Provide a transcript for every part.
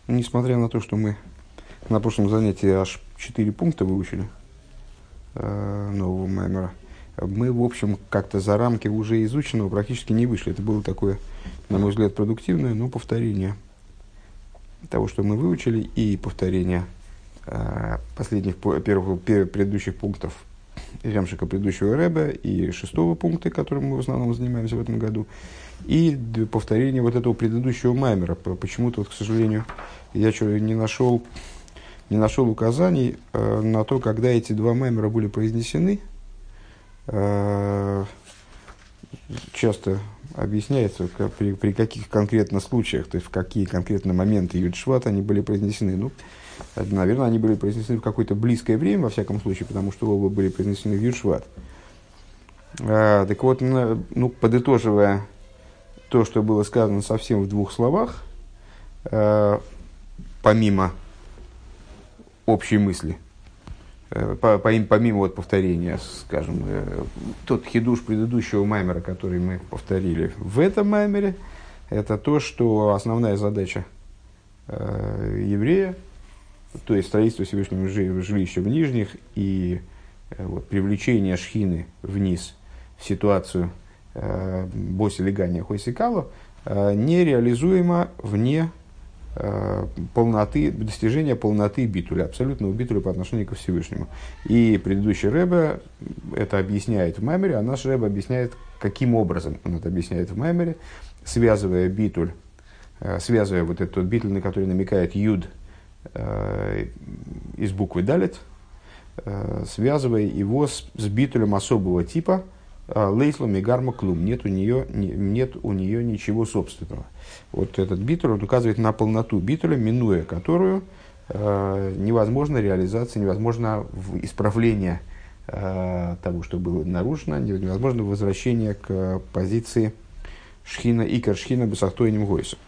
Несмотря на то, что мы на прошлом занятии аж 4 пункта выучили нового Маймера, мы, в общем, как-то за рамки уже изученного практически не вышли. Это было такое, на мой взгляд, продуктивное, но повторение того, что мы выучили, и повторение предыдущих пунктов Ремшика предыдущего Ребе и 6-го пункта, которым мы в основном занимаемся в этом году, и повторение вот этого предыдущего Маймера. Почему-то, вот, к сожалению, я не нашел указаний на то, когда эти два Маймера были произнесены. Часто объясняется, при каких конкретно случаях, то есть в какие конкретно моменты Юд-Шват они были произнесены. Ну, наверное, они были произнесены в какое-то близкое время, во всяком случае, потому что оба были произнесены в Юд-Шват. Так вот, подытоживая то, что было сказано совсем в двух словах, помимо общей мысли, помимо вот повторения, скажем, тот хидуш предыдущего маймера, который мы повторили в этом маймере, это то, что основная задача еврея, то есть строительство Всевышнего жилища в нижних и привлечение шхины вниз в ситуацию боси легания хойсикалу, нереализуемо вне достижения полноты битуля, абсолютного битуля по отношению ко Всевышнему. И предыдущий Ребе это объясняет в Маймере, а наш Ребе объясняет, каким образом он это объясняет в Маймере, связывая битуль, связывая вот этот битуль, на который намекает Юд из буквы Далет, связывая его с битулем особого типа Лейслом и Гарма Клум. Нет у нее ничего собственного. Вот этот битуль указывает на полноту битуля, минуя которую невозможно реализация, невозможно исправление того, что было нарушено, невозможно возвращение к позиции Шхина и Каршхина Бесахтойним Гойсу.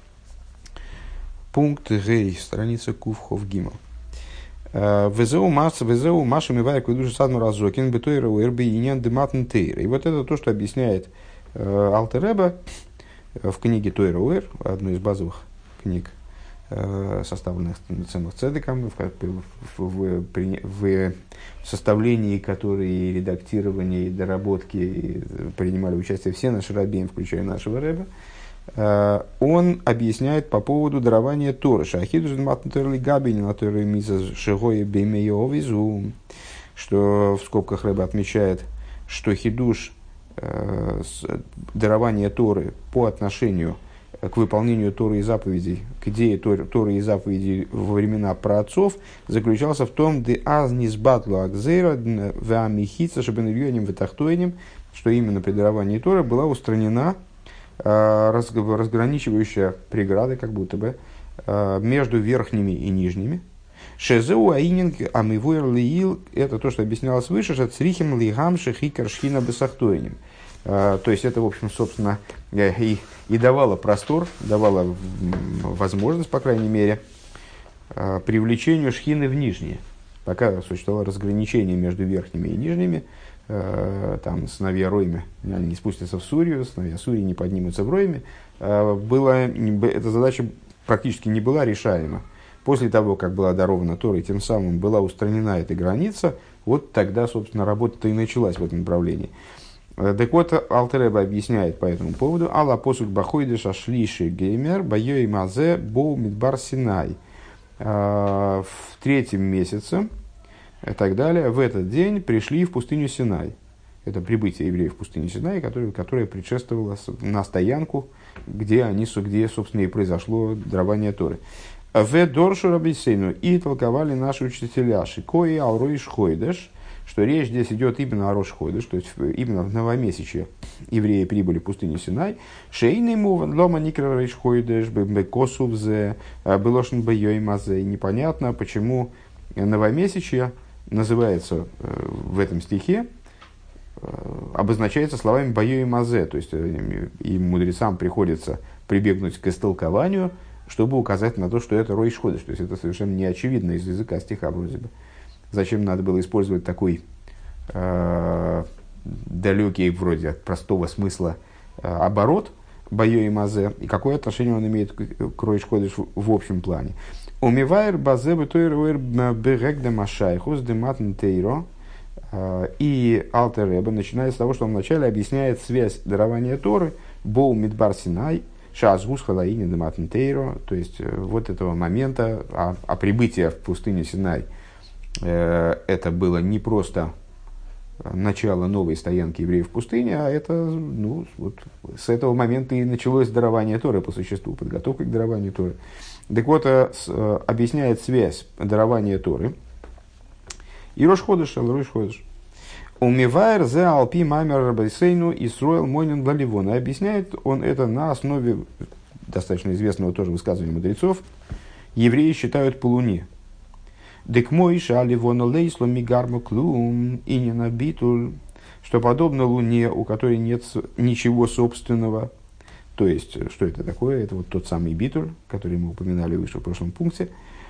Пункт Гей, страница Кувхов Гимл. Везеу Маша Мивайк Ведуша Садму Разокин Бетойра Уэрби Иньян Дематн Тейр. И вот это то, что объясняет Алтер Ребе в книге Тойра Уэр, одной из базовых книг, составленных Цемах Цедеком, в составлении которой и редактировании, и доработке принимали участие все наши рабеи, включая нашего Ребе. Он объясняет по поводу дарования Торы. Что в скобках Ребе отмечает, что хидуш дарования Торы по отношению к выполнению Торы и заповедей, к идее Торы и заповедей во времена праотцов, заключался в том, что именно при даровании Торы была устранена разграничивающая преграда, как будто бы, между верхними и нижними. Шезеу аининг амивуэр лиил, это то, что объяснялось выше, что црихим лигам шехикар шхина бесахтойним. То есть это, в общем, собственно, и давало простор, давало возможность, по крайней мере, привлечению шхины в нижние. Пока существовало разграничение между верхними и нижними, там сыновья Ройме не спустятся в Сурию, сыновья Сурии не поднимутся в Ройме, эта задача практически не была решаема. После того, как была дарована Тора, и тем самым была устранена эта граница, вот тогда, собственно, работа-то и началась в этом направлении. Так вот, Алтер Ребе объясняет по этому поводу: «Алла посук бахойдеш ашлиши геймер байой мазе боу мидбар Синай». В 3-м месяце и так далее, в этот день пришли в пустыню Синай. Это прибытие евреев в пустыню Синай, которое предшествовало на стоянку, где, собственно, и произошло дарование Торы. В Доршу Рабисейну и толковали наши учителя Шикои Алроиш Хойдеш, что речь здесь идет именно о Рош Хойдеш, то есть именно в новомесячье евреи прибыли в пустыню Синай. Шейный муван лома никра Рош Хойдеш бекосувзе белошн бейой мазе. Непонятно, почему новомесячье называется в этом стихе, обозначается словами «бою и мазе», то есть и мудрецам приходится прибегнуть к истолкованию, чтобы указать на то, что это Ройш Ходеш, то есть это совершенно не очевидно из языка стиха вроде бы. Зачем надо было использовать такой далекий вроде от простого смысла оборот, Байо и Мазе, и какое отношение он имеет к Рош Ходеш в общем плане. Умивайр Базе Бетойр Берег де Машайхус де Матн Тейро. И Алтер Ребе начинает с того, что он вначале объясняет связь дарования Торы Боу Мидбар Синай Шазгус Халаини де Матн Тейро, то есть вот этого момента о прибытии в пустыне Синай. Это было не просто начало новой стоянки евреев в пустыне, а это, ну, вот с этого момента и началось дарование Торы по существу, подготовка к дарованию Торы. Так вот, объясняет связь дарования Торы и Рош Ходеш, Рош Ходеш. Умивайр зе алпи мамер рабайсейну Исроэл мойнен даливон. Объясняет он это на основе достаточно известного тоже высказывания мудрецов. Евреи считают по луне. Дек мой шаливона лейсло мигармо клум и не набитуль, что подобно луне, у которой нет ничего собственного. То есть, что это такое? Это вот тот самый битуль, который мы упоминали выше в прошлом пункте.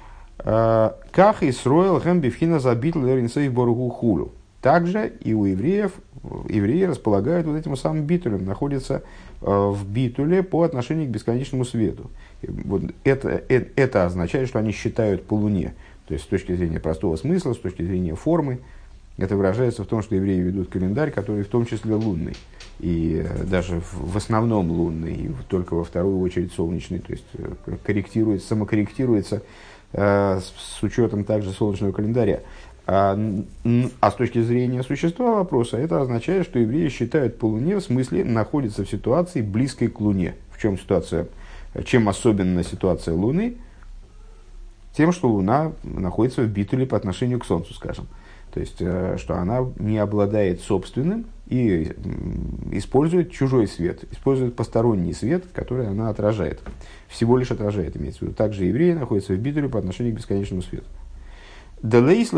Ках Исроэл гэмбифхина за битуль эринсейв боргу хулю. Также и у евреев, евреи располагают вот этим самым битулем, находятся в битуле по отношению к бесконечному свету. Вот это означает, что они считают по луне. То есть с точки зрения простого смысла, с точки зрения формы, это выражается в том, что евреи ведут календарь, который в том числе лунный. И даже в основном лунный, и только во вторую очередь солнечный. То есть корректируется, самокорректируется с учетом также солнечного календаря. А с точки зрения существа вопроса, это означает, что евреи считают по луне, в смысле находятся в ситуации близкой к луне. В чем ситуация? Чем особенна ситуация луны? Тем, что луна находится в битуле по отношению к солнцу, скажем. То есть, что она не обладает собственным и использует чужой свет, использует посторонний свет, который она отражает. Всего лишь отражает, имеется в виду. Также евреи находятся в битуле по отношению к бесконечному свету. То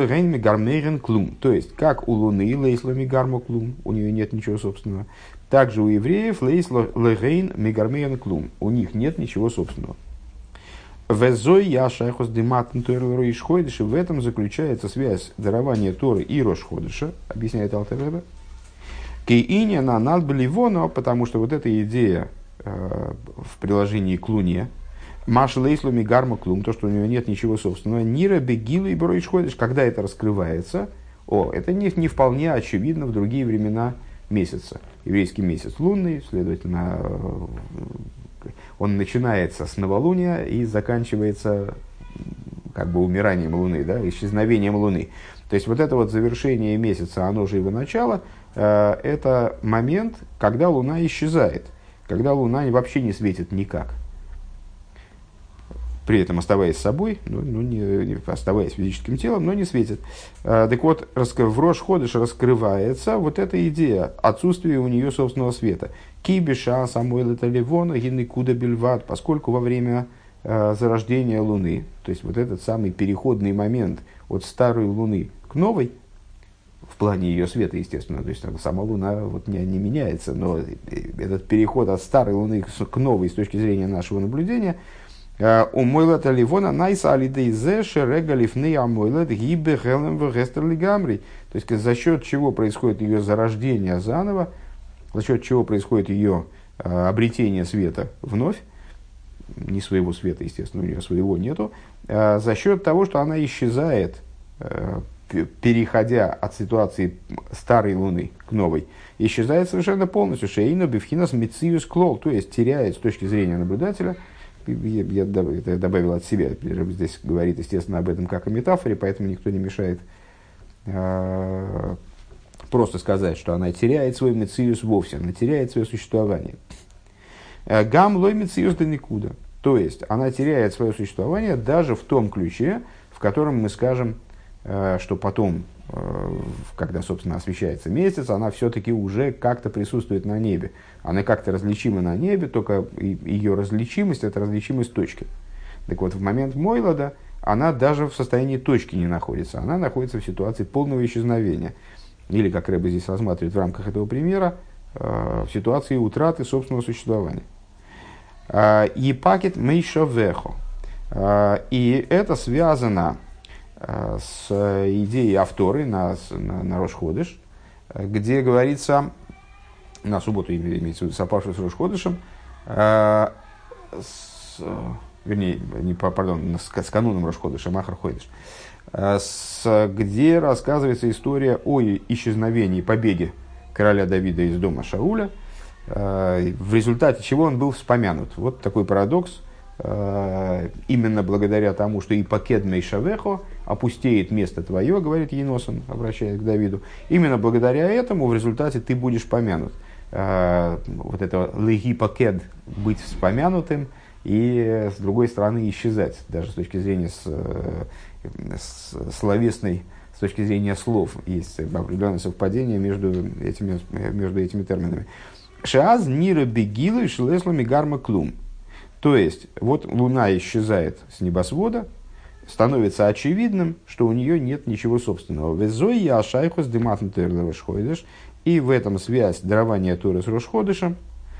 есть, как у Луны лейсло мигармо клум, у нее нет ничего собственного, также у евреев лейсло легейн мигармейн клум, у них нет ничего собственного. Везой яшайхос дематн тойр Рош Ходеш, в этом заключается связь дарования Торы и Рош Ходеша, объясняет Алтер Ребе. Кейиня на надбеливоно, потому что вот эта идея в приложении к Луне, Маш лейслами гарма клум, то, что у него нет ничего собственного, нира бегилу и Рош Ходеш, когда это раскрывается, это не вполне очевидно в другие времена месяца. Еврейский месяц лунный, следовательно, он начинается с новолуния и заканчивается как бы умиранием Луны, да, исчезновением Луны. То есть вот это вот завершение месяца, оно же его начало, это момент, когда Луна исчезает, когда Луна вообще не светит никак. При этом оставаясь собой, не оставаясь физическим телом, но не светит. Так вот, в Рош Ходеш раскрывается вот эта идея отсутствия у нее собственного света. Кибиша, Самуэл это Ливона, Гинекуда Бельват, поскольку во время зарождения Луны, то есть вот этот самый переходный момент от старой Луны к новой, в плане ее света, естественно, то есть сама Луна вот не меняется, но этот переход от старой Луны к новой с точки зрения нашего наблюдения, у Мойлета Ливона найса алидейзе шерега лифней амойлет гибе хелем вегестер лигамри. То есть за счет чего происходит ее зарождение заново, за счет чего происходит ее обретение света вновь, не своего света, естественно, у нее своего нету, за счет того, что она исчезает, переходя от ситуации старой Луны к новой, исчезает совершенно полностью. Шейно бифхинас мициус клол, то есть теряет с точки зрения наблюдателя. Я добавил от себя, здесь говорит, естественно, об этом как о метафоре, поэтому никто не мешает просто сказать, что она теряет свой мециус вовсе, она теряет свое существование. Гам лой мециус да никуда. То есть, она теряет свое существование даже в том ключе, в котором мы скажем, что потом, когда, собственно, освещается месяц, она все-таки уже как-то присутствует на небе. Она как-то различима на небе, только ее различимость – это различимость точки. Так вот, в момент Мойлада она даже в состоянии точки не находится. Она находится в ситуации полного исчезновения. Или, как Рэбе здесь рассматривает в рамках этого примера, в ситуации утраты собственного существования. И пакет мейшо вехо. И это связано с идеей Авторы на Рош Ходеш, где говорится, на субботу имеется в виду, совпавшую с Рош Ходешем, Э, с, вернее, с кануном Рош ходеш, Махар ходеш, где рассказывается история о исчезновении, побеге короля Давида из дома Шауля, в результате чего он был вспомянут. Вот такой парадокс. Именно благодаря тому, что и пакет Мейшавехо опустеет место твое, говорит Еносон, обращаясь к Давиду, именно благодаря этому в результате ты будешь помянут. Вот это леги пакет, быть вспомянутым, и с другой стороны исчезать, даже с точки зрения словесной, с точки зрения слов, есть определенное совпадение между этими терминами. Шааз нира бегилу и шлеслами гарма клум. То есть, вот Луна исчезает с небосвода, становится очевидным, что у нее нет ничего собственного. Везой я шайхус дематнтер Рош-ходеш, и в этом связь дарования Торы с Рош-ходешем.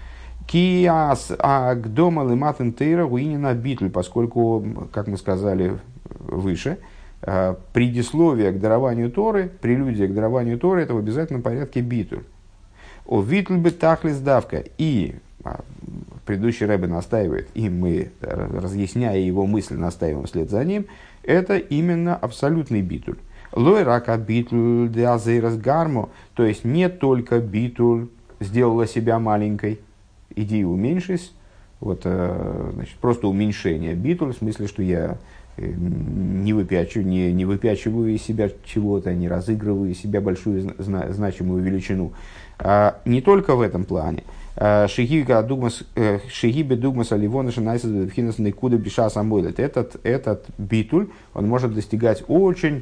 Киас агдома лематнтера гуинина битль, поскольку, как мы сказали выше, предисловие к дарованию Торы, прелюдия к дарованию Торы, это в обязательном порядке битуль. О витль бы тахлис давка, и предыдущий Ребе настаивает, и мы, разъясняя его мысль, настаиваем вслед за ним, это именно абсолютный битуль. Лой рака битуль де азейрас гармо, то есть не только битуль сделала себя маленькой, иди уменьшись, вот, значит, просто уменьшение битуль, в смысле, что я не выпячиваю из себя чего-то, не разыгрываю из себя большую значимую величину. Не только в этом плане. Шигибе дугмас аливона шинайсас бедхинас никуда биша самойлет. Этот битуль, он может достигать очень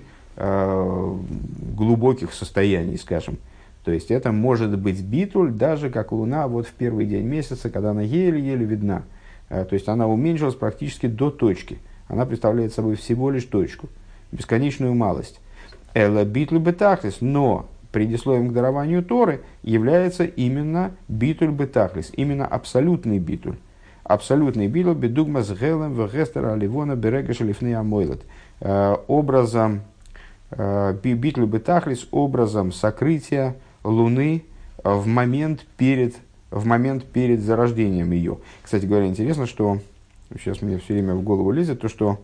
глубоких состояний, скажем. То есть это может быть битуль, даже как Луна вот в первый день месяца, когда она еле-еле видна. То есть она уменьшилась практически до точки. Она представляет собой всего лишь точку, бесконечную малость. Эла битуль бетахлис, но предисловием к дарованию Торы является именно битуль бетахлис, именно абсолютный битуль. Абсолютный битуль бедугма с гелем вегестера аливона берега шелифней амойлет. Образом битуль бетахлис, образом сокрытия Луны в момент перед зарождением ее. Кстати говоря, интересно, что сейчас мне все время в голову лезет то, что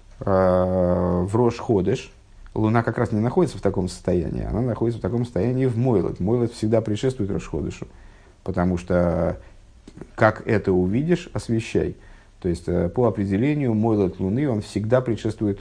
в Рош-ходеш Луна как раз не находится в таком состоянии, она находится в таком состоянии в Мойлет. Мойлет всегда предшествует Рош-ходешу, потому что как это увидишь, освещай. То есть по определению Мойлет Луны, он всегда предшествует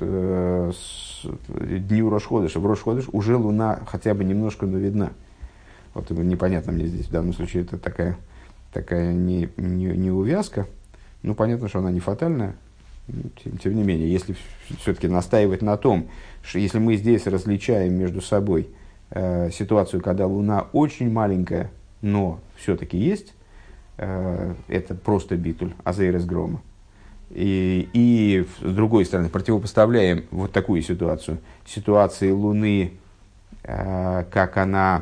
дню Рош-ходеша. В Рош-ходеш уже Луна хотя бы немножко, но видна. Вот непонятно мне здесь в данном случае это такая не увязка. Ну, понятно, что она не фатальная. Тем не менее, если все-таки настаивать на том, что если мы здесь различаем между собой ситуацию, когда Луна очень маленькая, но все-таки есть, это просто битуль, азейрес грома. И с другой стороны, противопоставляем вот такую ситуацию, ситуации Луны, как она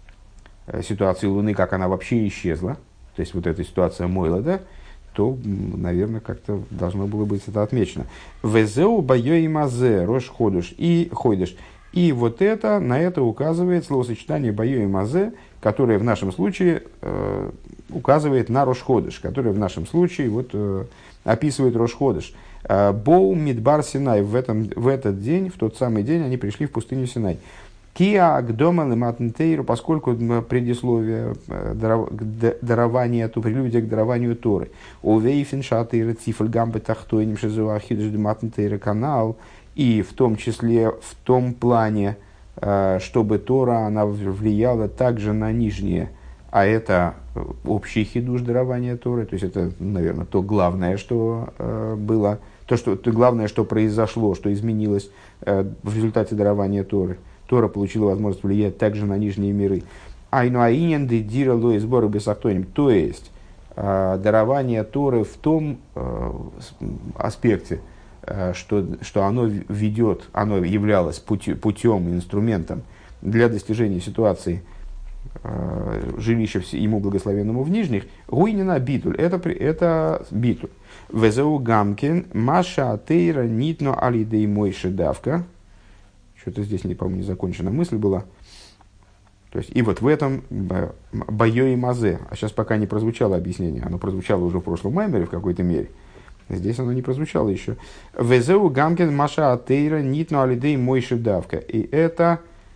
вообще исчезла, то есть вот эта ситуация Мойлада, то, наверное, как-то должно было быть это отмечено. Везеу байой мазе рош ходуш и ходиш. И вот это, на это указывает словосочетание байой мазе, которое в нашем случае указывает на рош ходиш, которое в нашем случае описывает рош ходиш. Боу мидбар Синай, в этот день, в тот самый день, они пришли в пустыню Синай. Киа агдома лематнтейру, поскольку предисловие дарования, то прелюдия к дарованию Торы. Увейфен шатейра цифль гамбе тахтойним шезуахидж дематнтейра канал. И в том числе в том плане, чтобы Тора она влияла также на нижнее. А это общий хидуш дарования Торы. То есть это, наверное, то главное, что было, то главное, что произошло, что изменилось в результате дарования Торы. Тора получила возможность влиять также на нижние миры. Айнуаинен де дира лои сборы бесахтоним. То есть, дарование Торы в том аспекте, что оно ведет, оно являлось путем, инструментом для достижения ситуации жилища ему благословенному в нижних. Гуйнина битуль. Это битуль. Везеу гамкин маша атеира нитно алидей мойши давка. Что-то здесь, не помню, не закончена мысль была. То есть, и вот в этом Байо и Мазе, а сейчас пока не прозвучало объяснение, оно прозвучало уже в прошлом маймере в какой-то мере, здесь оно не прозвучало еще. Везеу гамкен маша атеира нитну алидей мойши давка. И это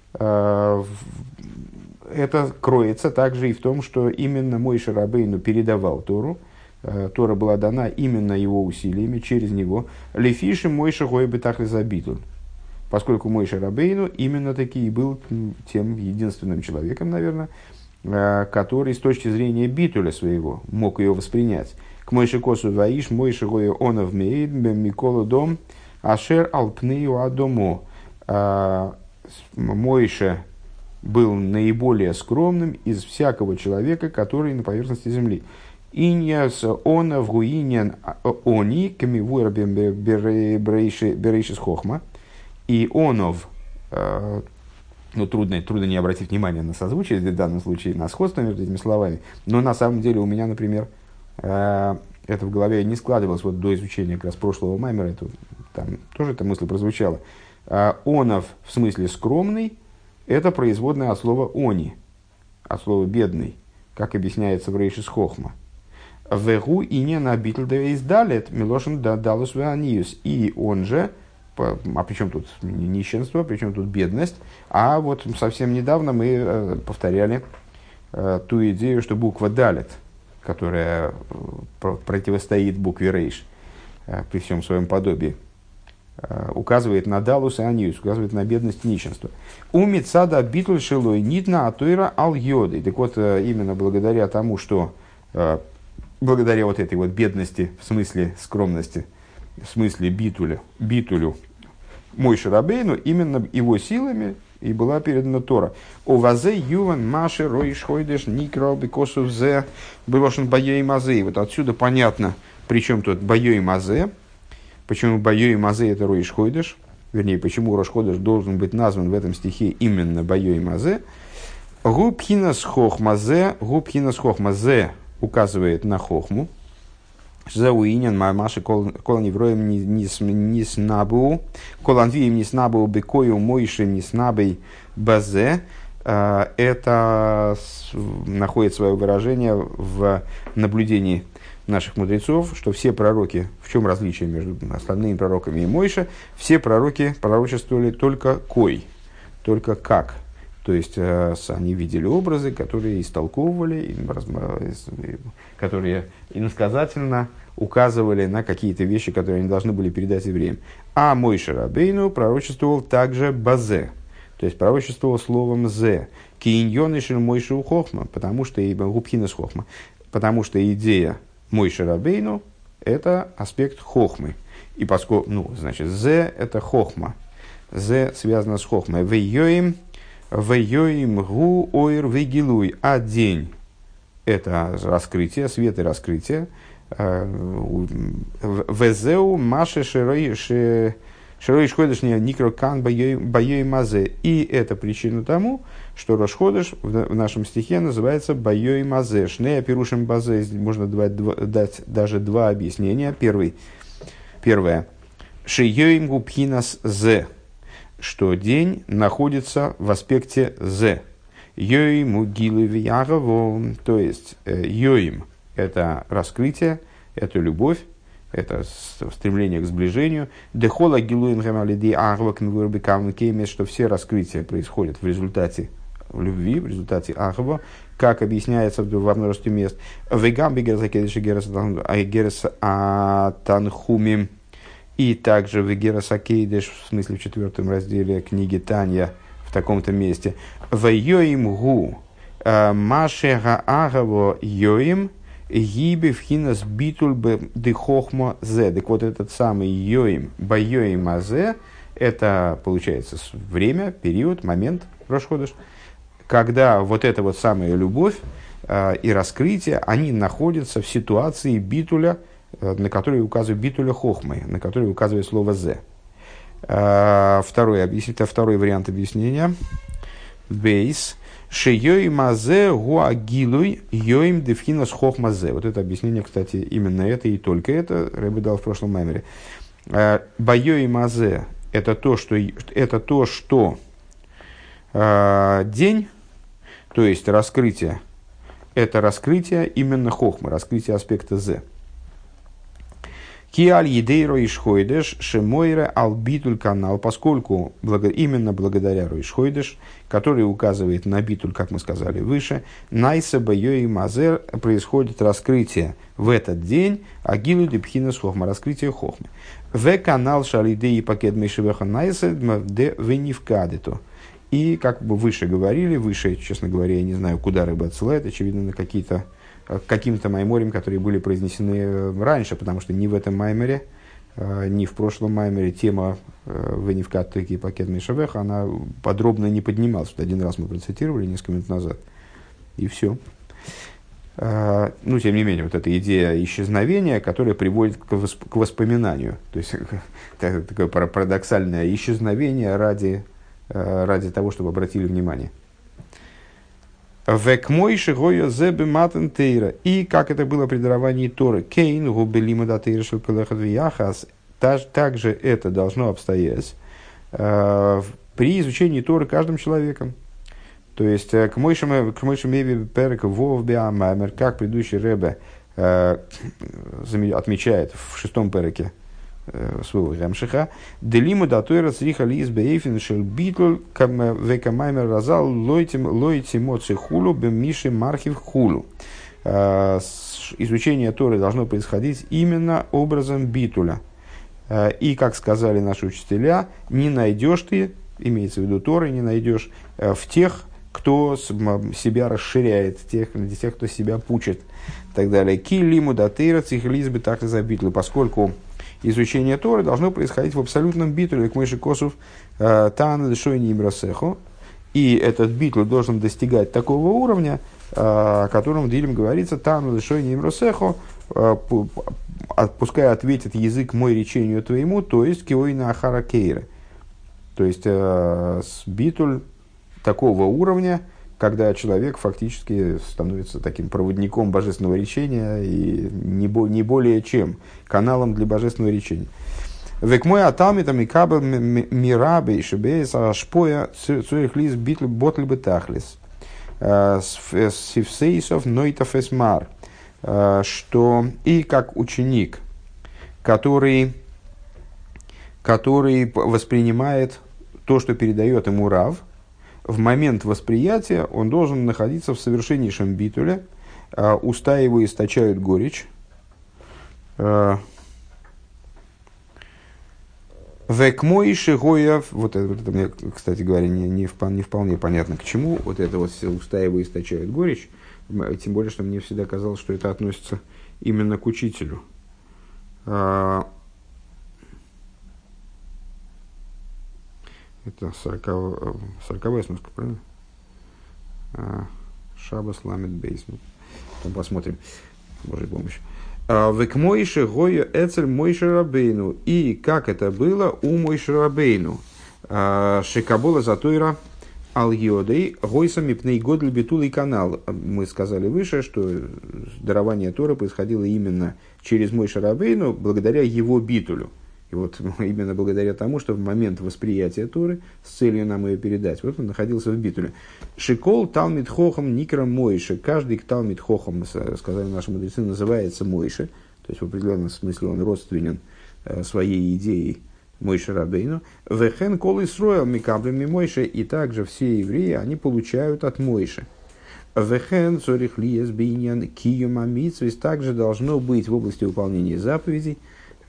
кроется также и в том, что именно Мойше Рабейну передавал Тору. Тора была дана именно его усилиями, через него. Лефиши Мойше Гой Бетахли Забитуль. Поскольку Мойше Рабейну именно таки и был тем единственным человеком, наверное, который с точки зрения битуля своего мог ее воспринять. К Мойше Косу Ваиш, Мойше Гой Онов Мейд, Микола Дом, Ашер Алпнею Адомо. Мойше был наиболее скромным из всякого человека, который на поверхности земли. Иньяс онов гуиньян они камивуэр берейшис хохма. И онов, трудно не обратить внимание на созвучие, в данном случае на сходство между этими словами, но на самом деле у меня, например, это в голове не складывалось вот до изучения как раз прошлого маймера, там тоже эта мысль прозвучала. Онов в смысле скромный, это производное от слова они, от слова бедный, как объясняется в Рейшис Хохма. Вегу и не набитл девейс далет милошин далус веаниус. И он же, а при чем тут нищенство, при чем тут бедность, а вот совсем недавно мы повторяли ту идею, что буква далет, которая противостоит букве рейш при всем своем подобии, указывает на далус и аниус, указывает на бедность и нищенство. У мицада битль шилой нитна атуира ал йоды. Так вот, именно благодаря тому, что благодаря вот этой вот бедности, в смысле скромности, в смысле битулю Мойше Рабейну, именно его силами и была передана Тора. О вазе юван маши роиш хойдеш никрал бекосу зе брошен Байо и Мазе. Вот отсюда понятно, при чем тут Байо и Мазе. Почему Байо и Мазе это Роиш Хойдеш, вернее, почему Рош Хойдеш должен быть назван в этом стихе именно Байо и Мазе. Губхинас хохмазе указывает на хохму. Зауинен мамаши колоневроем ниснабу, колонвием ниснабу бекою Мойше ниснабей базе. Это находит свое выражение в наблюдении наших мудрецов, что все пророки, в чем различие между остальными пророками и Мойше, все пророки пророчествовали только только как. То есть они видели образы, которые истолковывали, которые иносказательно указывали на какие-то вещи, которые они должны были передать евреям. А Мойше Рабейну пророчествовал также базе, то есть пророчествовал словом зе. Кииньон ишель Мойше у хохма, потому что губхинас хохма, потому что идея Мойше Рабейну – это аспект хохмы. И поскольку, значит, зе – это хохма. Зе связано с хохмой. Вейоим гу ойр вегилуй. А день – это раскрытие, свет и раскрытие. Везеу маше широй шходыш никрокан Байо и Мазе. И это причина тому, что Рош Ходеш в нашем стихе называется Байо и Мазе. Шнея пирушим базе. Можно дать даже два объяснения. Первое. Шейоим губхинас зе. Что день находится в аспекте зе. Йоим угилы виягово. То есть йоим – это раскрытие, это любовь, это стремление к сближению. Дехола гилуин гамалиди агвакн вырбекам кеймес, что все раскрытия происходят в результате любви, в результате ахва, как объясняется во множестве мест. Вегамби герас атанхумим, и также вегерас акейдеш, в смысле в 4 разделе книги Танья, в таком-то месте. Вейоим гу машега агаво йоим гиби вхинас битуль де хохма зе. Так вот этот самый йоим, байоим азе, это получается время, период, момент, Рош Ходеш, когда вот эта вот самая любовь и раскрытие, они находятся в ситуации битуля, на который указывает битуля хохмы, на который указывает слово «зе». Второй вариант объяснения. Бейс. Шейоим азе гуагилуй йоим девхинас хохма зе. Вот это объяснение, кстати, именно это и только это Рэбе дал в прошлом маймере. Байоим азе – это то, что день То есть раскрытие – это раскрытие именно хохмы, раскрытие аспекта «з». Киаль едей роишхойдеш шемойре албитуль канал, поскольку именно благодаря роишхойдеш, который указывает на битуль, как мы сказали выше, найса байой мазер, происходит раскрытие в этот день агилу дипхинас хохма, раскрытие хохмы. В канал шалидей пакет мешевеха найса де венивкадету. И, как бы выше говорили, выше, честно говоря, я не знаю, куда рыба отсылает, очевидно, на каким-то майморем, которые были произнесены раньше, потому что ни в этом майморе, ни в прошлом майморе тема «Венивкат тыки пакет мешавеха», она подробно не поднималась. Вот один раз мы процитировали несколько минут назад, и все. Ну, тем не менее, вот эта идея исчезновения, которая приводит к воспоминанию. То есть, такое парадоксальное исчезновение ради того, чтобы обратили внимание. И как это было при даровании Торы, Кейн, губелима датейра шелкалехат вияхас, также это должно обстоять при изучении Торы каждым человеком. То есть, к Мойше Меви Перек Вов Биамаймер, как предыдущий Ребе отмечает в 6-м Переке своего Рамшиха, делиму датойра цриха лиз бейфин шел битл векамаймер разал лойти моци хулу бемиши мархив хулу. Изучение Торы должно происходить именно образом битуля. И, как сказали наши учителя, не найдешь ты, имеется в виду Торы, не найдешь в тех, кто себя расширяет, тех, кто себя пучит, и так далее. Килиму датейра цриха лиз бы так и за битл, поскольку изучение Торы должно происходить в абсолютном битуле, к Мойше Косов Тан Дешойни Имрасехо, и этот битуль должен достигать такого уровня, о котором в Дилем говорится Тан Дешойни Имрасехо, пускай ответит язык мой речению твоему, то есть Киойна Ахара Кейра. То есть битуль такого уровня, когда человек фактически становится таким проводником божественного речения и не более чем каналом для божественного речения. Век мой атамитам и кабел мирабей шебеса шпоя цурих лиз битл ботл бетахлис сивсейсов нойтов эсмар, что и как ученик, который воспринимает то, что передает ему Рав, в момент восприятия он должен находиться в совершеннейшем битуле, уста его источают горечь. Векмой шигоев, вот это мне, кстати говоря, не вполне понятно, к чему вот это вот все уста его источают горечь, тем более, что мне всегда казалось, что это относится именно к учителю. Это 40-я сноска, правильно? Шабас ламет бейс. Потом посмотрим. Божья помощь. Век Мойше гою эцель Мойше Рабейну. И как это было у Мойше Рабейну. Шекабола затойра ал-йодей гойсами пней годль битулый канал. Мы сказали выше, что дарование Торы происходило именно через Мойше Рабейну, благодаря его битулю. И вот именно благодаря тому, что в момент восприятия Торы с целью нам ее передать, вот он находился в битуле. Шикол талмид хохам никра Мойше. Каждый талмид хохам, сказали наши мудрецы, называется Мойше. То есть в определенном смысле он родственен своей идеей Мойше Рабейну. Вехен кол Исроэл микаблеми Мойше. И также все евреи, они получают от Мойше. Вехен цорих лиес бейнян киюма митцвис. Также должно быть в области выполнения заповедей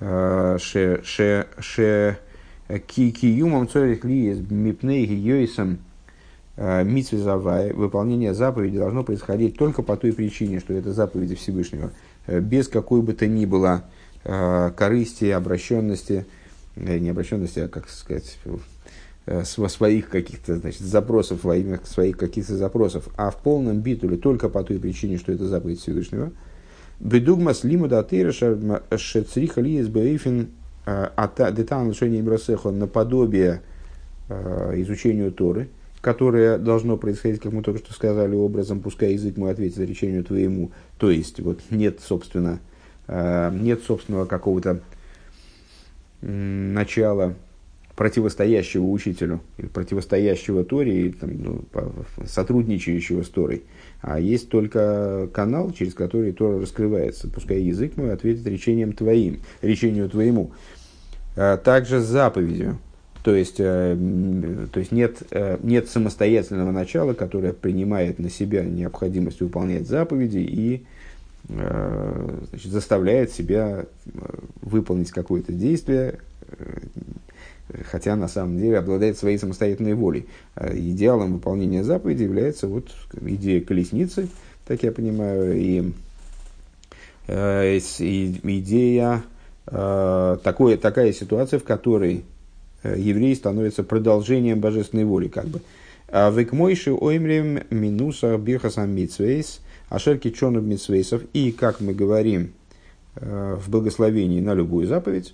киюмом цорих лиес мипней йойсам митцвизавай. Выполнение заповеди должно происходить только по той причине, что это заповеди Всевышнего, без какой бы то ни было корысти, обращенности, не обращенности, а, как сказать, своих каких-то, значит, запросов, во имя своих каких-то запросов, а в полном битуле только по той причине, что это заповедь Всевышнего. Бедугмас лимуда тейраша шецриха лиес бейфин детан лишения имрасеха, наподобие изучению Торы, которое должно происходить, как мы только что сказали, образом «пускай язык мой ответит речению твоему». То есть, вот, нет собственного какого-то начала противостоящего учителю, или противостоящего Торе, сотрудничающего с Торой, а есть только канал, через который Тора раскрывается. Пускай язык мой ответит речению твоему. Также с заповедью. То есть нет самостоятельного начала, которое принимает на себя необходимость выполнять заповеди и заставляет себя выполнить какое-то действие, хотя на самом деле обладает своей самостоятельной волей. Идеалом выполнения заповеди является идея колесницы, так я понимаю, и идея, такая ситуация, в которой еврей становится продолжением божественной воли, как бы. Векмойши оймрем минуса бирхасам митсвейс, ашерки чонов митсвейсов, и, как мы говорим в благословении на любую заповедь,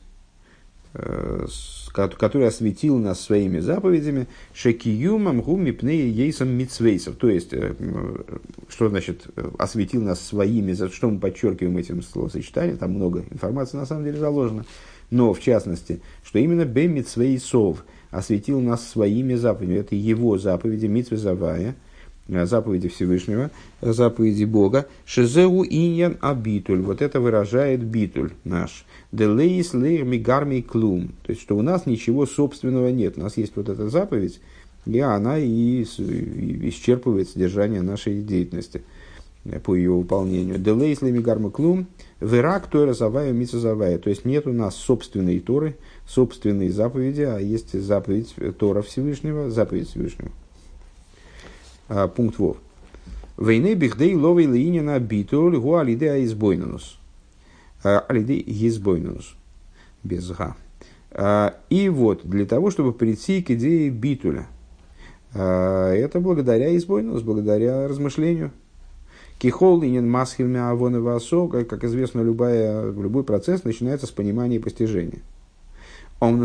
который осветил нас своими заповедями, шекиюмам гуми пней ейсам митсвейсов. То есть, что значит осветил нас своими, что мы подчеркиваем этим словосочетанием, там много информации на самом деле заложено, но в частности, что именно бе митсвейсов осветил нас своими заповедями, это его заповеди, митсвезавая, заповеди Всевышнего, заповеди Бога, шезеу иньян абитуль, вот это выражает битуль наш, делейс лейр мигарми клум, то есть, что у нас ничего собственного нет, у нас есть вот эта заповедь, и она и исчерпывает содержание нашей деятельности по ее выполнению. Делейс лейр мигарми клум, верак тора завая митсва завая, то есть, нет у нас собственной Торы, собственной заповеди, а есть заповедь Тора Всевышнего, заповедь Всевышнего. Пункт вов. Войны бихдей ловей линина битуль гуалидея избойнунус. Алидей избойнунус. Без га. И вот, для того, чтобы прийти к идее битуля, это благодаря избойнунус, благодаря размышлению. Кихол линин масхильми авона васо, как известно, любой процесс начинается с понимания и постижения. Но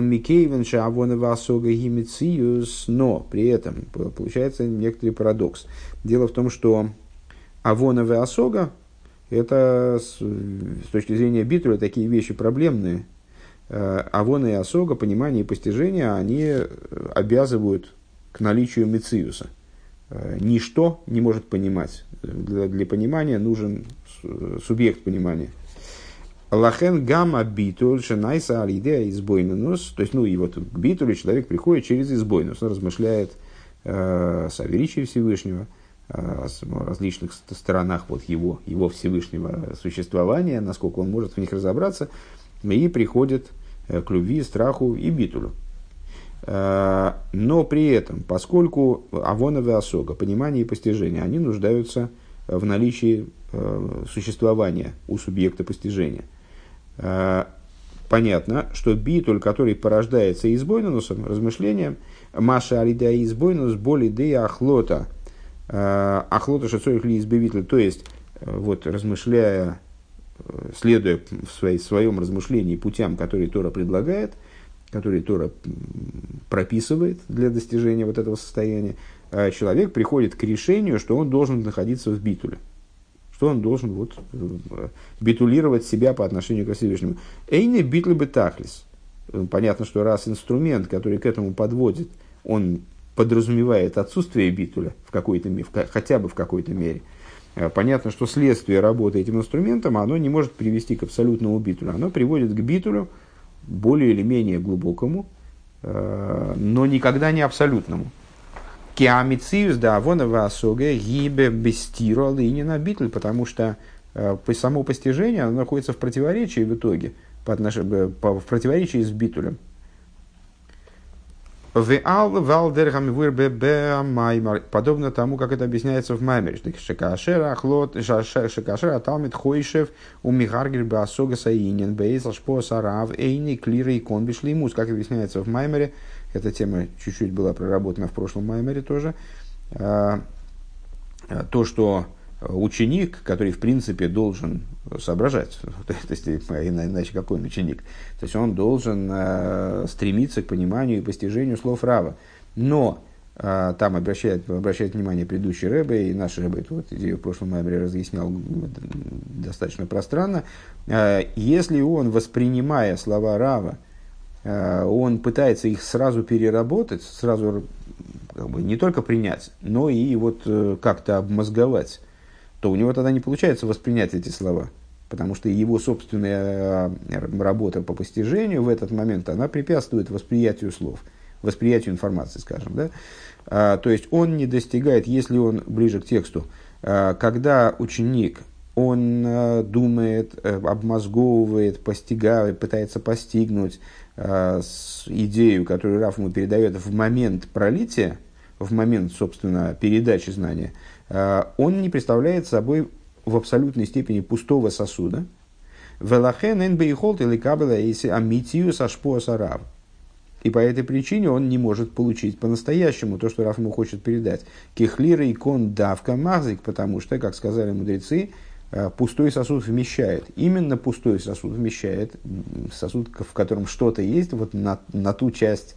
при этом получается некоторый парадокс. Дело в том, что авона и асога – это с точки зрения битуля такие вещи проблемные. Авона и асога, понимание и постижение, они обязывают к наличию мециуса. Ничто не может понимать. Для понимания нужен субъект понимания. Лахен гамма битуль шенайса алидея избойнунус. То есть, и вот к битулю человек приходит через избойнус. Он размышляет о величии Всевышнего, о различных сторонах его Всевышнего существования, насколько он может в них разобраться, и приходит к любви, страху и битулю. Но при этом, поскольку авона и асога, понимание и постижение, они нуждаются в наличии существования у субъекта постижения, понятно, что битуль, который порождается избойнунусом, размышлением, маша алидея избойнус боли дея ахлота, ахлота шацорих ли избавитель, то есть, размышляя, следуя в своем размышлении путям, которые Тора предлагает, которые Тора прописывает для достижения вот этого состояния, человек приходит к решению, что он должен находиться в битуле, что он должен битулировать себя по отношению к Всевышнему. Эйне битуль бетахлис. Понятно, что раз инструмент, который к этому подводит, он подразумевает отсутствие битуля хотя бы в какой-то мере. Понятно, что следствие работы этим инструментом, оно не может привести к абсолютному битулю. Оно приводит к битулю более или менее глубокому, но никогда не абсолютному. Киамициус да авонова асога гибе бестиро линина битуль, потому что само постижение оно находится в противоречии в итоге, в противоречии с битулем. Подобно тому, как это объясняется в Маймере. Шекашера талмид хойшев у мигаргель беасога саинен бейзл шпо сарав эйни клирей кон бишлеймус. Как объясняется в Маймере, эта тема чуть-чуть была проработана в прошлом Маймере тоже. То, что ученик, который в принципе должен соображать, то есть, иначе какой он ученик, то есть он должен стремиться к пониманию и постижению слов Рава. Но там обращает внимание предыдущий Ребе, и наш Ребе эту идею в прошлом Маймере разъяснял достаточно пространно. Если он, воспринимая слова Рава, он пытается их сразу переработать, сразу как бы, не только принять, но и вот как-то обмозговать, то у него тогда не получается воспринять эти слова. Потому что его собственная работа по постижению в этот момент, она препятствует восприятию слов, восприятию информации, скажем. Да? То есть он не достигает, если он ближе к тексту, когда ученик, он думает, обмозговывает, постигает, пытается постигнуть идею, которую Рав ему передает в момент пролития, в момент, собственно, передачи знания, он не представляет собой в абсолютной степени пустого сосуда. И по этой причине он не может получить по-настоящему то, что Рав ему хочет передать. Кихлира и кон давка мазик, потому что, как сказали мудрецы, пустой сосуд вмещает. Именно пустой сосуд вмещает, сосуд, в котором что-то есть, вот на ту часть,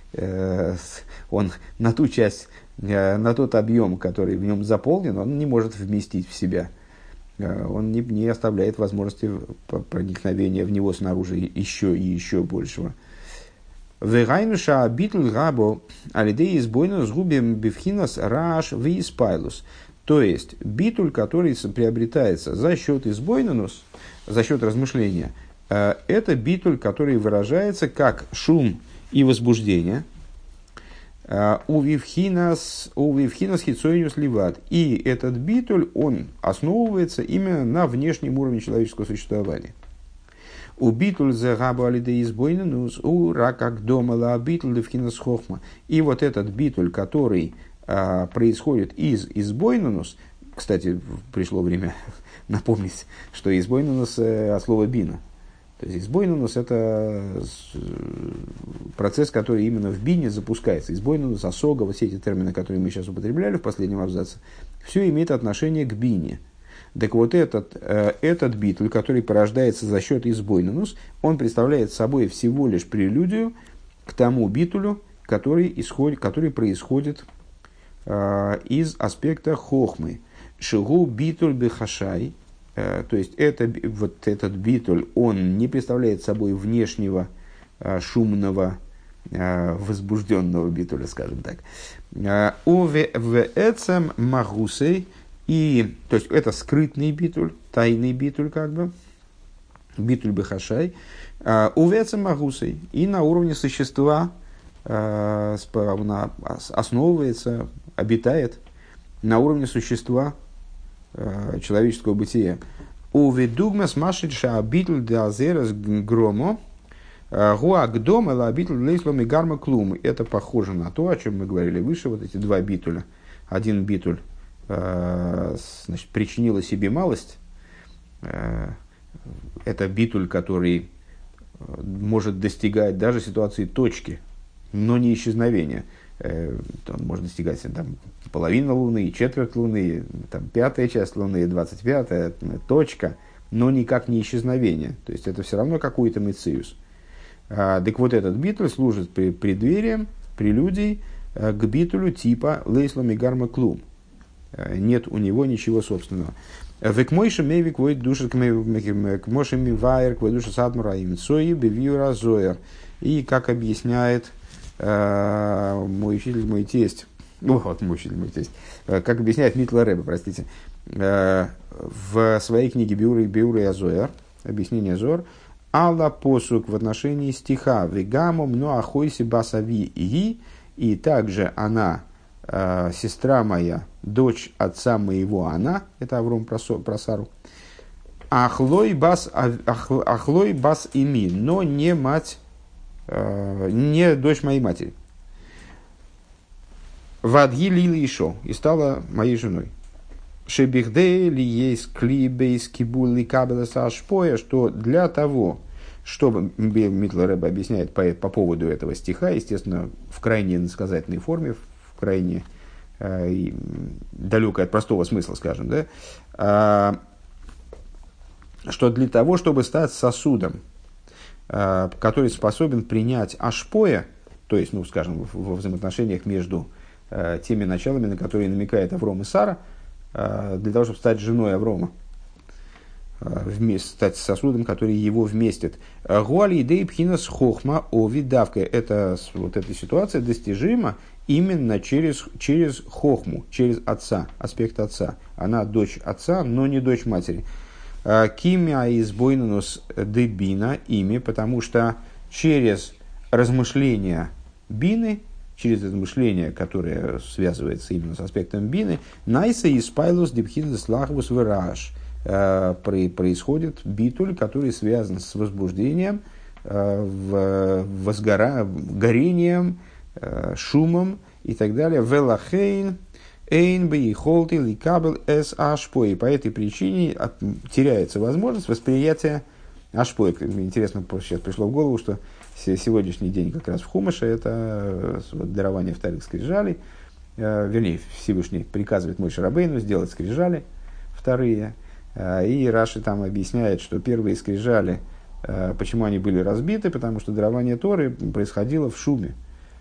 на тот объем, который в нем заполнен, он не может вместить в себя. Он не оставляет возможности проникновения в него снаружи еще и еще большего. Вегайнуша битл габо алидей избойну сгубим бифхинас раш виспайлус. То есть битуль, который приобретается за счет избойнунус, за счет размышления, это битуль, который выражается как шум и возбуждение. У вивхинас хитсоиниус ливат. И этот битуль, он основывается именно на внешнем уровне человеческого существования. У битуль зе габа алиде избойнунус у ракак дома ла битуль вивхинас хохма. И вот этот битуль, который происходит из избойнунус, кстати, пришло время напомнить, что избойнунус от слова бина. То есть избойнунус – это процесс, который именно в бине запускается. Избойнунус, осога, вот все эти термины, которые мы сейчас употребляли в последнем абзаце, все имеет отношение к бине. Так вот этот битуль, который порождается за счет избойнунус, он представляет собой всего лишь прелюдию к тому битулю, который происходит из аспекта хохмы. Шигу битуль бехашай. То есть вот этот битуль, он не представляет собой внешнего, шумного, возбужденного битуля, скажем так. Увецем магусей, и, то есть это скрытный битуль, тайный битуль, как бы, битуль бехашай, увецем магусей, и на уровне существа основывается, обитает на уровне существа человеческого бытия. Уведугмас машиша битл деазерас громо гуагдом эла битл лейслом и гарма клум. Это похоже на то, о чем мы говорили выше. Вот эти два битуля. Один битуль причинила себе малость. Это битуль, который может достигать даже ситуации точки, но не исчезновения. Он может достигать там, половина Луны, четверть Луны, там, 5-я часть Луны, 25-я точка, но никак не исчезновение. То есть это все равно какой-то мециус. Так вот этот битуль служит преддверием, прелюдией к битулю типа лейслам и гарма клум. Нет у него ничего собственного. Век мойши мейвик войд душа к мойши мивайр к душа садмура имцои бевиура зоер. И как объясняет мой учитель, мой тесть, как объясняет Митла Ребе, простите, в своей книге Биура и Азоэр, объяснение Зор, Алла посук в отношении стиха «Вегамом но ахойси басави и также она, сестра моя, дочь отца моего, она», это Авром про Сару, «Ахлой бас ими, но не мать, не дочь моей матери. Вадги лили еще, и стала моей женой. Шебихде ли есть клибейс кибул ли кабела сашпоя, что для того, чтобы, Митла Ребе объясняет по поводу этого стиха, естественно, в крайне иносказательной форме, в крайне далекой от простого смысла, скажем, да, что для того, чтобы стать сосудом, который способен принять ашпоя, то есть, ну, скажем, во взаимоотношениях между теми началами, на которые намекает Авром и Сара, для того, чтобы стать женой Аврома, стать сосудом, который его вместит. Гуали идей пхинас хохма овидавка. Вот эта ситуация достижима именно через хохму, через отца, аспект отца. Она дочь отца, но не дочь матери. Кимя избойнунус дебина ими, потому что через размышления бины, через размышление, которое связывается именно с аспектом бины, найса и спайлус дипхинес лахвус вираж, происходит битуль, который связан с возбуждением, горением, шумом и так далее. Велахейн эйн бейхолти ликабел эс ашпой. По этой причине теряется возможность восприятия ашпой. Интересно, сейчас пришло в голову, что сегодняшний день как раз в Хумаше это дарование вторых скрижалей. Вернее, Всевышний приказывает Моше Рабейну сделать скрижали вторые. И Раши там объясняет, что первые скрижали, почему они были разбиты, потому что дарование Торы происходило в шуме.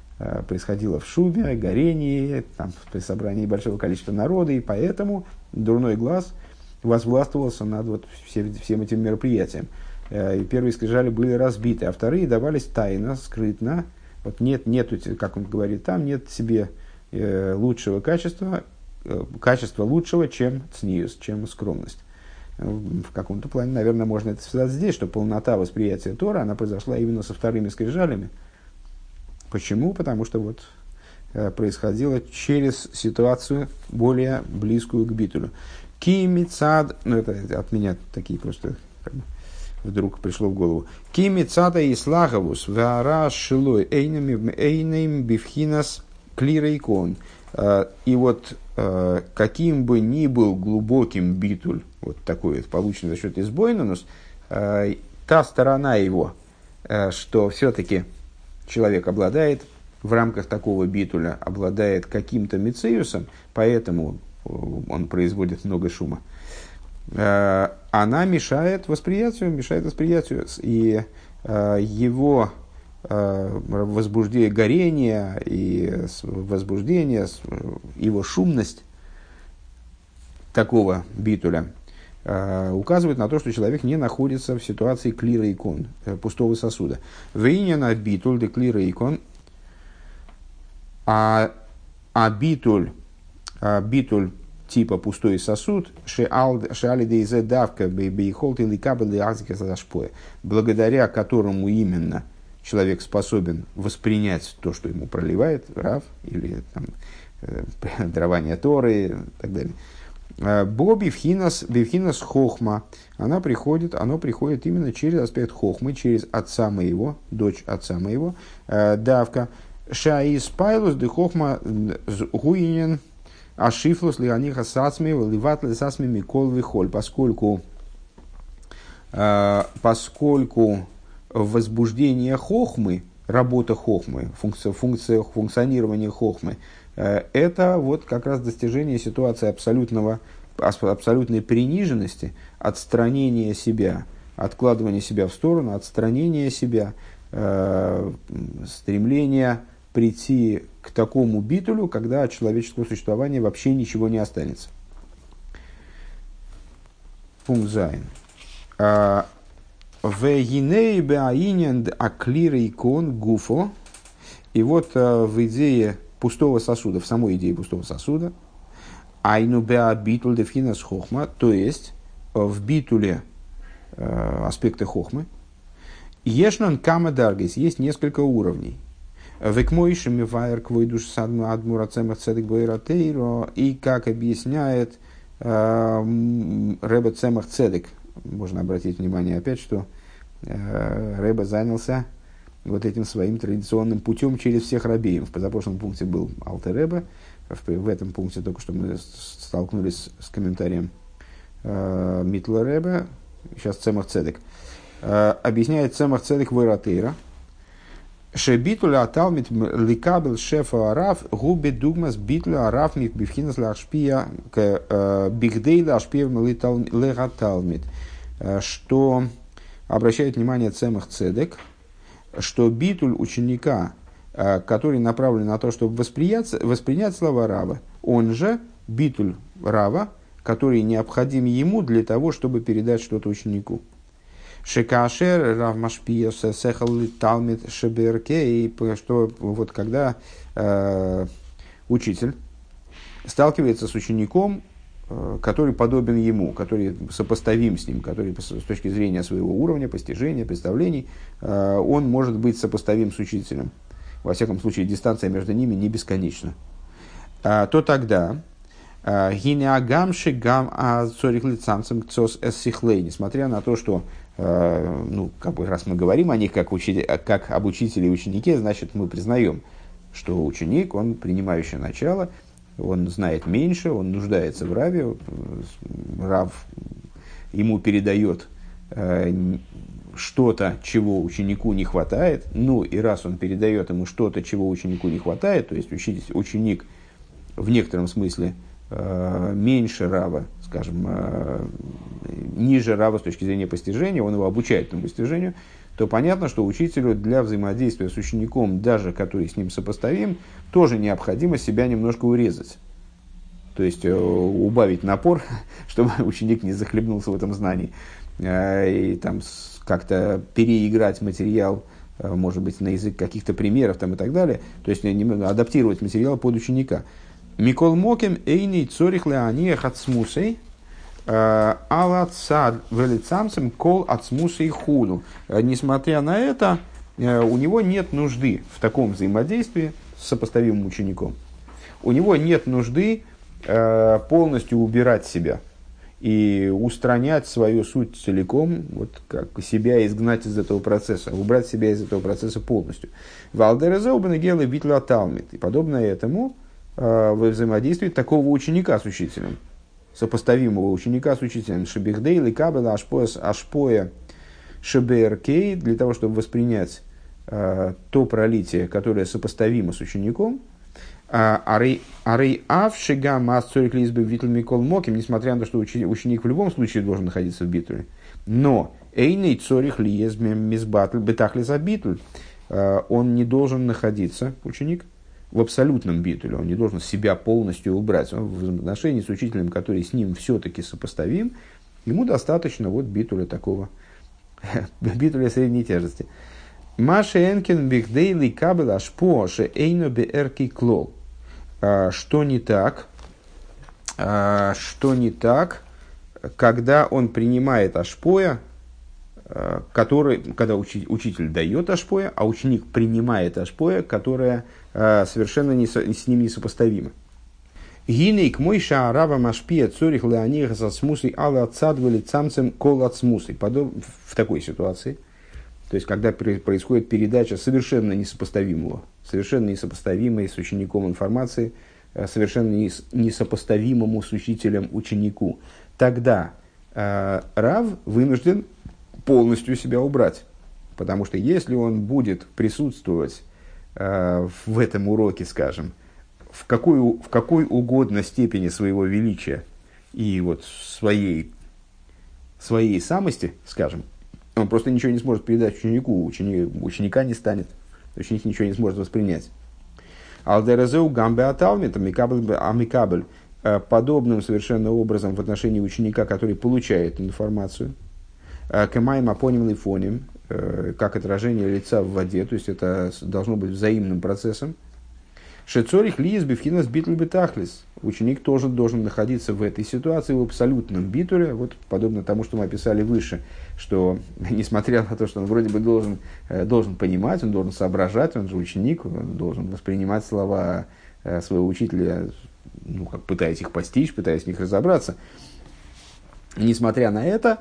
Горении, там, при собрании большого количества народа, и поэтому дурной глаз возвластвовался над вот всем этим мероприятием. И первые скрижали были разбиты, а вторые давались тайно, скрытно. Вот нету, как он говорит там, нет в себе лучшего качества лучшего, чем цниус, чем скромность. В каком-то плане, наверное, можно это связать здесь, что полнота восприятия Тора, она произошла именно со вторыми скрижалями. Почему? Потому что вот происходило через ситуацию более близкую к битулю. Кимицад, это от меня такие просто вдруг пришло в голову. Кимицада и слаговус вара шилой эйнем бифхинас клирейкон. И вот каким бы ни был глубоким битуль, вот такой полученный за счет избойнунус, та сторона его, что все-таки человек обладает в рамках такого битуля, обладает каким-то мециусом, поэтому он производит много шума, она мешает восприятию, и его возбуждение, горение и возбуждение, его шумность такого битуля указывает на то, что человек не находится в ситуации клира икон, пустого сосуда. Вейняна битуль де клира икон, а битуль типа пустой сосуд, благодаря которому именно человек способен воспринять то, что ему проливает Рав, или там, дарование Торы и так далее. Боби бифхинас хохма, оно приходит именно через аспект хохмы, через отца моего, дочь отца моего, давка. Шаис пайлус де хохма гуинен ашифлус лианиха сасмева ливат лисасми микол вихоль, поскольку возбуждение хохмы, работа хохмы, функционирование хохмы, это вот как раз достижение ситуации абсолютной приниженности, отстранения себя, откладывания себя в сторону, отстранения себя, стремление прийти к такому битулю, когда от человеческого существования вообще ничего не останется. Пункт Зайн. И вот в идее пустого сосуда, в самой идее пустого сосуда, айну беа битуль дефхинас хохма, то есть в битуле аспекты хохмы, ешнан кама даргис, есть несколько уровней. Векмойшими вайер квойдуш садму адмура цемах цедек бойратейро, и как объясняет Ребе Цемах Цедек, можно обратить внимание опять, что Ребе занялся вот этим своим традиционным путем через всех рабеев. В позапрошлом пункте был Алтер Ребе, в этом пункте только что мы столкнулись с комментарием Митла Ребе, сейчас Цемах Цедек. Объясняет Цемах Цедек Вейратейра, Шебитуля аталмит ликабел шефа араф губи дугмас битуля араф мих бифхинас лашпия к бигдейла ашпия легаталмит, что обращает внимание Цемах Цедек, что битуль ученика, который направлен на то, чтобы воспринять слова Рава, он же битуль Рава, который необходим ему для того, чтобы передать что-то ученику. Шекашер рав машпиес сехал талмит шеберкей, что вот когда учитель сталкивается с учеником, который подобен ему, который сопоставим с ним, который с точки зрения своего уровня, постижения, представлений, он может быть сопоставим с учителем. Во всяком случае, дистанция между ними не бесконечна. То тогда несмотря на то, что раз мы говорим о них как об учителе и ученике, значит, мы признаем, что ученик, он принимающее начало, он знает меньше, он нуждается в раве, рав ему передает что-то, чего ученику не хватает. Ну и раз он передает ему что-то, чего ученику не хватает, то есть ученик в некотором смысле меньше рава, скажем, ниже рава с точки зрения постижения, он его обучает этому постижению, то понятно, что учителю для взаимодействия с учеником, даже который с ним сопоставим, тоже необходимо себя немножко урезать. То есть убавить напор, чтобы ученик не захлебнулся в этом знании. И там как-то переиграть материал, может быть, на язык каких-то примеров там, и так далее. То есть адаптировать материал под ученика. Микол мокем эйни цорих леаниях ацмусей алацад велицамцем кол ацмусей худу. Несмотря на это, у него нет нужды в таком взаимодействии с сопоставимым учеником. У него нет нужды полностью убирать себя и устранять свою суть целиком, вот как себя изгнать из этого процесса, убрать себя из этого процесса полностью. Валдерезеубен гелы битла талмит. И подобно этому во взаимодействии такого ученика с учителем, сопоставимого ученика с учителем, шебихдей ликабела ашпоя шеберкей, для того, чтобы воспринять то пролитие, которое сопоставимо с учеником, арей ав шига мас цорих лизбы витл микол моким, несмотря на то, что ученик в любом случае должен находиться в битуле, но эйней цорих лизб мизбатл бетахли за битуль, он не должен находиться, ученик, в абсолютном битуле, он не должен себя полностью убрать. Он в взаимоотношении с учителем, который с ним все-таки сопоставим, ему достаточно вот битуля такого, битуля средней тяжести. Маша энкен бигдейли кабел ашпо ше эйно беэрки клол. Что не так, когда он принимает ашпоя, когда учитель дает ашпоя, а ученик принимает ашпоя, которая совершенно с ним несопоставима. Гинейк мой шаарава машпия цорих леониха со смусой ала отсадвали цамцем кол от смусы. В такой ситуации, то есть когда происходит передача совершенно несопоставимой с учеником информации, совершенно несопоставимому с учителем ученику, тогда рав вынужден полностью себя убрать. Потому что если он будет присутствовать в этом уроке, скажем, в какой угодно степени своего величия и вот своей самости, скажем, он просто ничего не сможет передать ученику, ученика не станет, ученик ничего не сможет воспринять. Алдеразеу гамбе аталмит амикабель, подобным совершенно образом в отношении ученика, который получает информацию, кэмайм апоним лифоним, как отражение лица в воде, то есть это должно быть взаимным процессом. Шецорих лиес бифхинас битл бетахлис. Ученик тоже должен находиться в этой ситуации в абсолютном битуле, вот подобно тому, что мы описали выше, что несмотря на то, что он вроде бы должен понимать, он должен соображать, он же ученик, он должен воспринимать слова своего учителя, как пытаясь их постичь, пытаясь в них разобраться. Несмотря на это,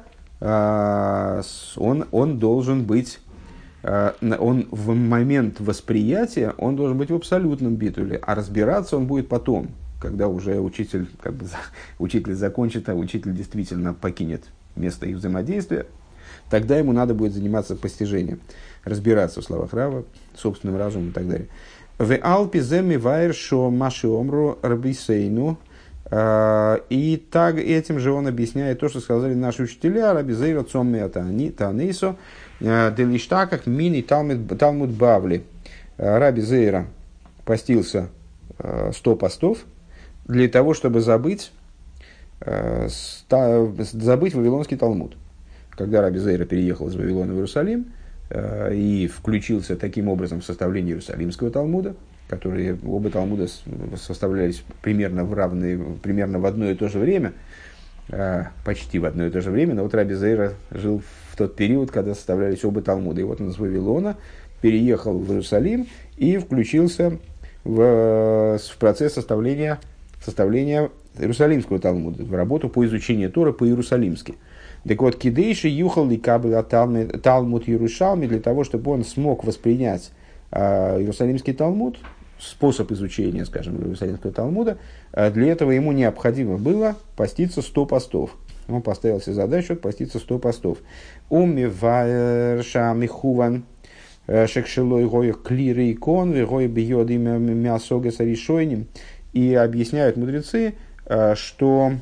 он должен быть, он в момент восприятия он должен быть в абсолютном битуле, а разбираться он будет потом, когда уже учитель закончит, а учитель действительно покинет место их взаимодействия, тогда ему надо будет заниматься постижением, разбираться в словах Рава, собственным разумом и так далее. В Алпи земи вайр шо маши омру рабисейну. И так этим же он объясняет то, что сказали наши учителя, Раби Зейра цомме танисо, делиштаках мини талмуд бавли. Раби Зейра постился 100 постов для того, чтобы забыть забыть Вавилонский Талмуд. Когда Раби Зейра переехал из Вавилона в Иерусалим и включился таким образом в составление Иерусалимского Талмуда, которые оба Талмуда составлялись примерно в одно и то же время, почти в одно и то же время, но вот Раби Зейра жил в тот период, когда составлялись оба Талмуда. И вот он из Вавилона переехал в Иерусалим и включился в процесс составления Иерусалимского Талмуда, в работу по изучению Торы по-иерусалимски. Так вот, кидейши юхал ли кабела Талмуд Иерушалми, для того, чтобы он смог воспринять Иерусалимский Талмуд, способ изучения, скажем, Иерусалимского Талмуда, для этого ему необходимо было поститься 100 постов. Он поставил себе задачу поститься 100 постов. Умиваерша михуван шекшилой гой клиры икон, гой бьет имя мясога с решойним. И объясняют мудрецы, что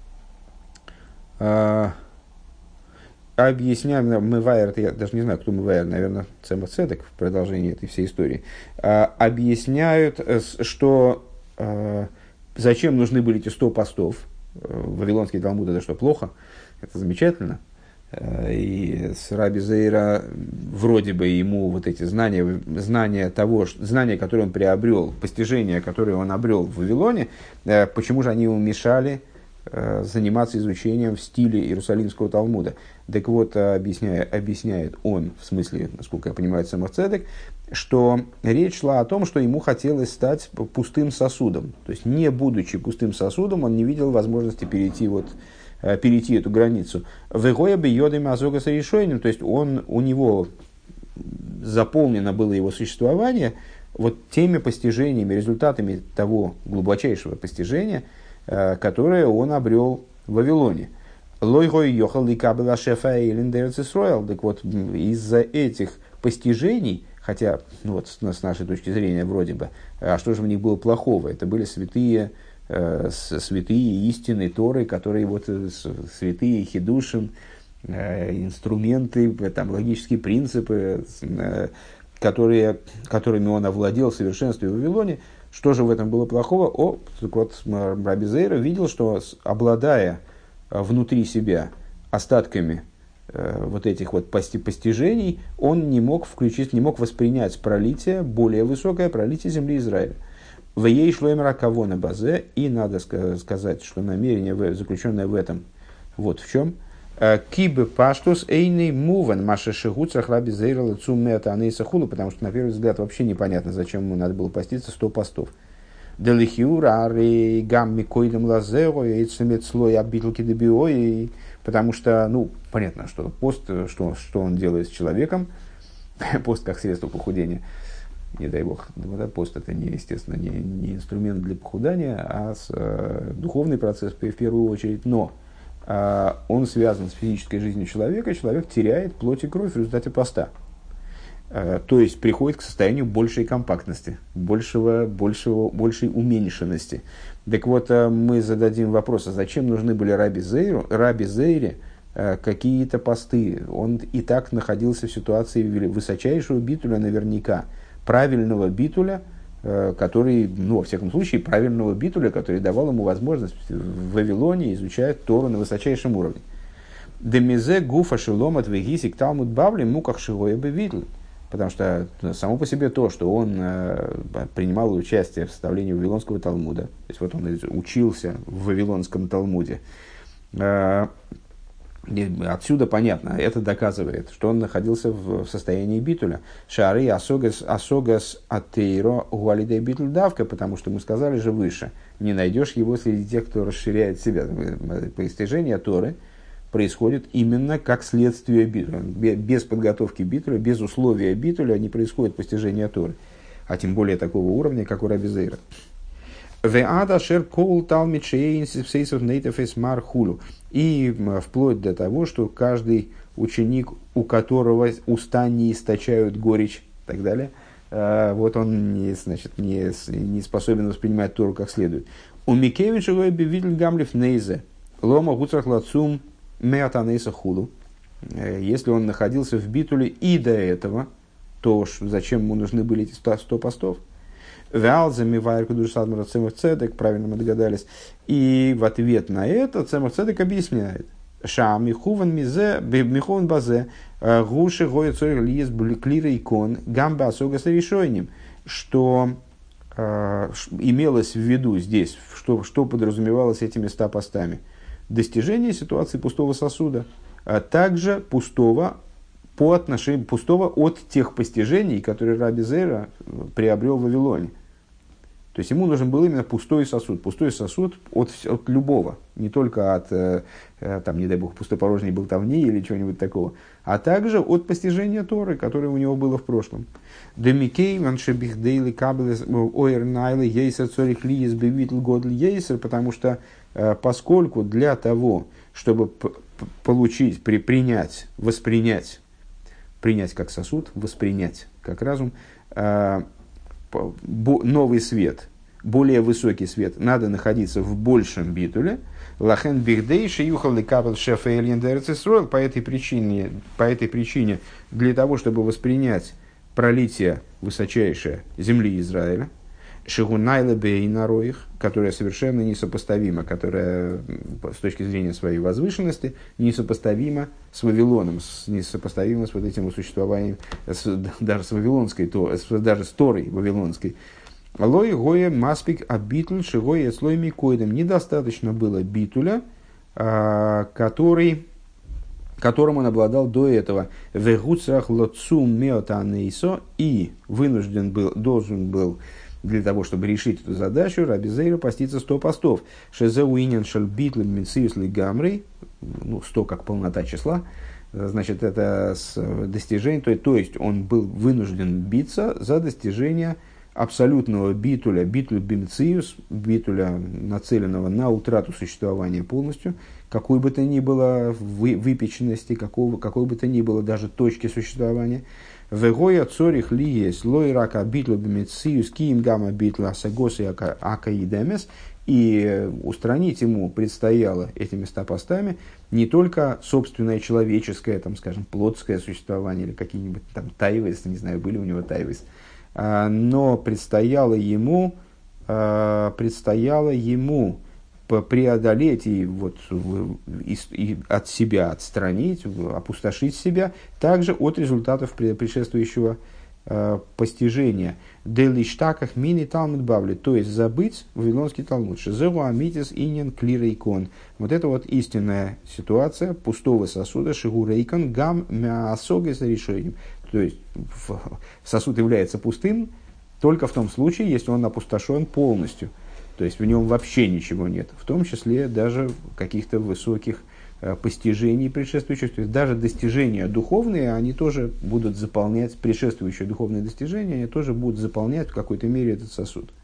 Мывайер, я даже не знаю, кто Мывайер, наверное, Цемах Цедек в продолжении этой всей истории, объясняют, что зачем нужны были эти 100 постов. Вавилонский Талмуд — это что, плохо? Это замечательно. И с Раби Зейра вроде бы ему вот эти знания, которые он приобрел, постижения, которые он обрел в Вавилоне, почему же они ему мешали заниматься изучением в стиле Иерусалимского Талмуда? Так вот, объясняет он, в смысле, насколько я понимаю, Цемах Цедек, что речь шла о том, что ему хотелось стать пустым сосудом. То есть, не будучи пустым сосудом, он не видел возможности перейти эту границу. То есть, у него заполнено было его существование вот теми постижениями, результатами того глубочайшего постижения, которое он обрел в Вавилоне. Так вот, из-за этих постижений, хотя с нашей точки зрения вроде бы, а что же в них было плохого? Это были святые истины Торы, которые святые хидушим, инструменты, там, логические принципы, которыми он овладел в совершенстве в Вавилоне. Что же в этом было плохого? Так вот, Раби Зейра видел, что, обладая внутри себя остатками вот этих вот постижений, он не мог воспринять пролитие, более высокое пролитие земли Израиля. В ей шло им раково на базе, и надо сказать, что намерение, заключенное в этом, вот в чем. Кибы паштус эйный муван маша шигуцах Раби Зейра лецу мета анейса хулу, потому что на первый взгляд вообще непонятно, зачем ему надо было поститься 100 постов. Делихиура ари гамми коидем лазеро и цемет слой обителки дебиой, потому что, понятно, что пост, что он делает с человеком, пост как средство похудения, не дай бог, пост это естественно, не инструмент для похудания, а духовный процесс в первую очередь, но он связан с физической жизнью человека, человек теряет плоть и кровь в результате поста. То есть приходит к состоянию большей компактности, большей уменьшенности. Так вот, мы зададим вопрос, а зачем нужны были Раби Зейре какие-то посты? Он и так находился в ситуации высочайшего битуля наверняка, правильного битуля, который, во всяком случае, правильного битуля, который давал ему возможность в Вавилоне изучать Тору на высочайшем уровне. Демизе гуфа шеломат вегисик талмуд бавли муках шигоя бевитль. Потому что само по себе то, что он принимал участие в составлении Вавилонского Талмуда, то есть вот он учился в Вавилонском Талмуде, отсюда понятно, это доказывает, что он находился в состоянии битуля. Шары асогас атеиро гуалидей битуль давка, потому что мы сказали же выше, не найдешь его среди тех, кто расширяет себя. Постижение Торы происходит именно как следствие битуля. Без подготовки битуля, без условия битуля не происходит постижение Торы. А тем более такого уровня, как у Раби Зейра. И вплоть до того, что каждый ученик, у которого уста не источают горечь и так далее, вот он не способен воспринимать Тору как следует. У Микевича видел гамлев нейзе лома гуцрах лацум меатанейса худу. Если он находился в битуле и до этого, то зачем ему нужны были эти 100 постов? Вялзами вайрку душсадмара цемах цедек, правильно мы догадались. И в ответ на это цемах цедек объясняет. Ша михуван мизе, михуван базе, гуши гоя цорих лиес клира икон, гамба асога с решением, что имелось в виду здесь, что подразумевалось этими 100 постами. Достижение ситуации пустого сосуда, а также пустого от тех постижений, которые Раби Зейра приобрел в Вавилоне. То есть ему нужен был именно пустой сосуд от любого, не только от, там, не дай бог, пустопорожней болтовни или чего-нибудь такого, а также от постижения Торы, которое у него было в прошлом. Потому что, поскольку для того, чтобы получить, принять как сосуд, воспринять как разум, новый свет, более высокий свет, надо находиться в большем битуле. Лахен бихдейши юхал лекабел шефа эльен дерцисроил. По этой причине, для того, чтобы воспринять пролитие высочайшее земли Израиля, шигунайла бейнароих, которая совершенно несопоставима, которая с точки зрения своей возвышенности несопоставима с Вавилоном, несопоставима с вот этим существованием, даже с вавилонской, даже с Торой вавилонской. Лой гоя маспик абитль шигоя слой микоидом. Недостаточно было битуля, которым он обладал до этого. Вегуцрах лоцум меотанейсо, и должен был для того, чтобы решить эту задачу, Раби Зейра поститься 100 постов. Шезеуинен шальбитл митсиус лигамрей, 100 как полнота числа, значит, это достижение, то есть он был вынужден биться за достижение абсолютного битуля бимциус, битуля, нацеленного на утрату существования полностью, какой бы то ни было выпеченности, какой бы то ни было даже точки существования. Вегоя цорих ли есть лой рака битла бимциус киим гамма битла сагосы акаидемес, и устранить ему предстояло этими 100 постами не только собственное человеческое, там, скажем, плотское существование или какие-нибудь там тайвес, не знаю, были у него тайвес, но предстояло ему преодолеть и от себя отстранить, опустошить себя также от результатов предшествующего постижения. Делиштаках мини талмуд бавли, то есть забыть вавилонский талмуд. Шезеру амитис инин клирейкон. Вот это вот истинная ситуация пустого сосуда шигурейкон гам мясога с решением. То есть сосуд является пустым только в том случае, если он опустошен полностью. То есть в нем вообще ничего нет, в том числе даже каких-то высоких постижений предшествующих. То есть даже достижения духовные, они тоже будут заполнять, предшествующие духовные достижения, они тоже будут заполнять в какой-то мере этот сосуд.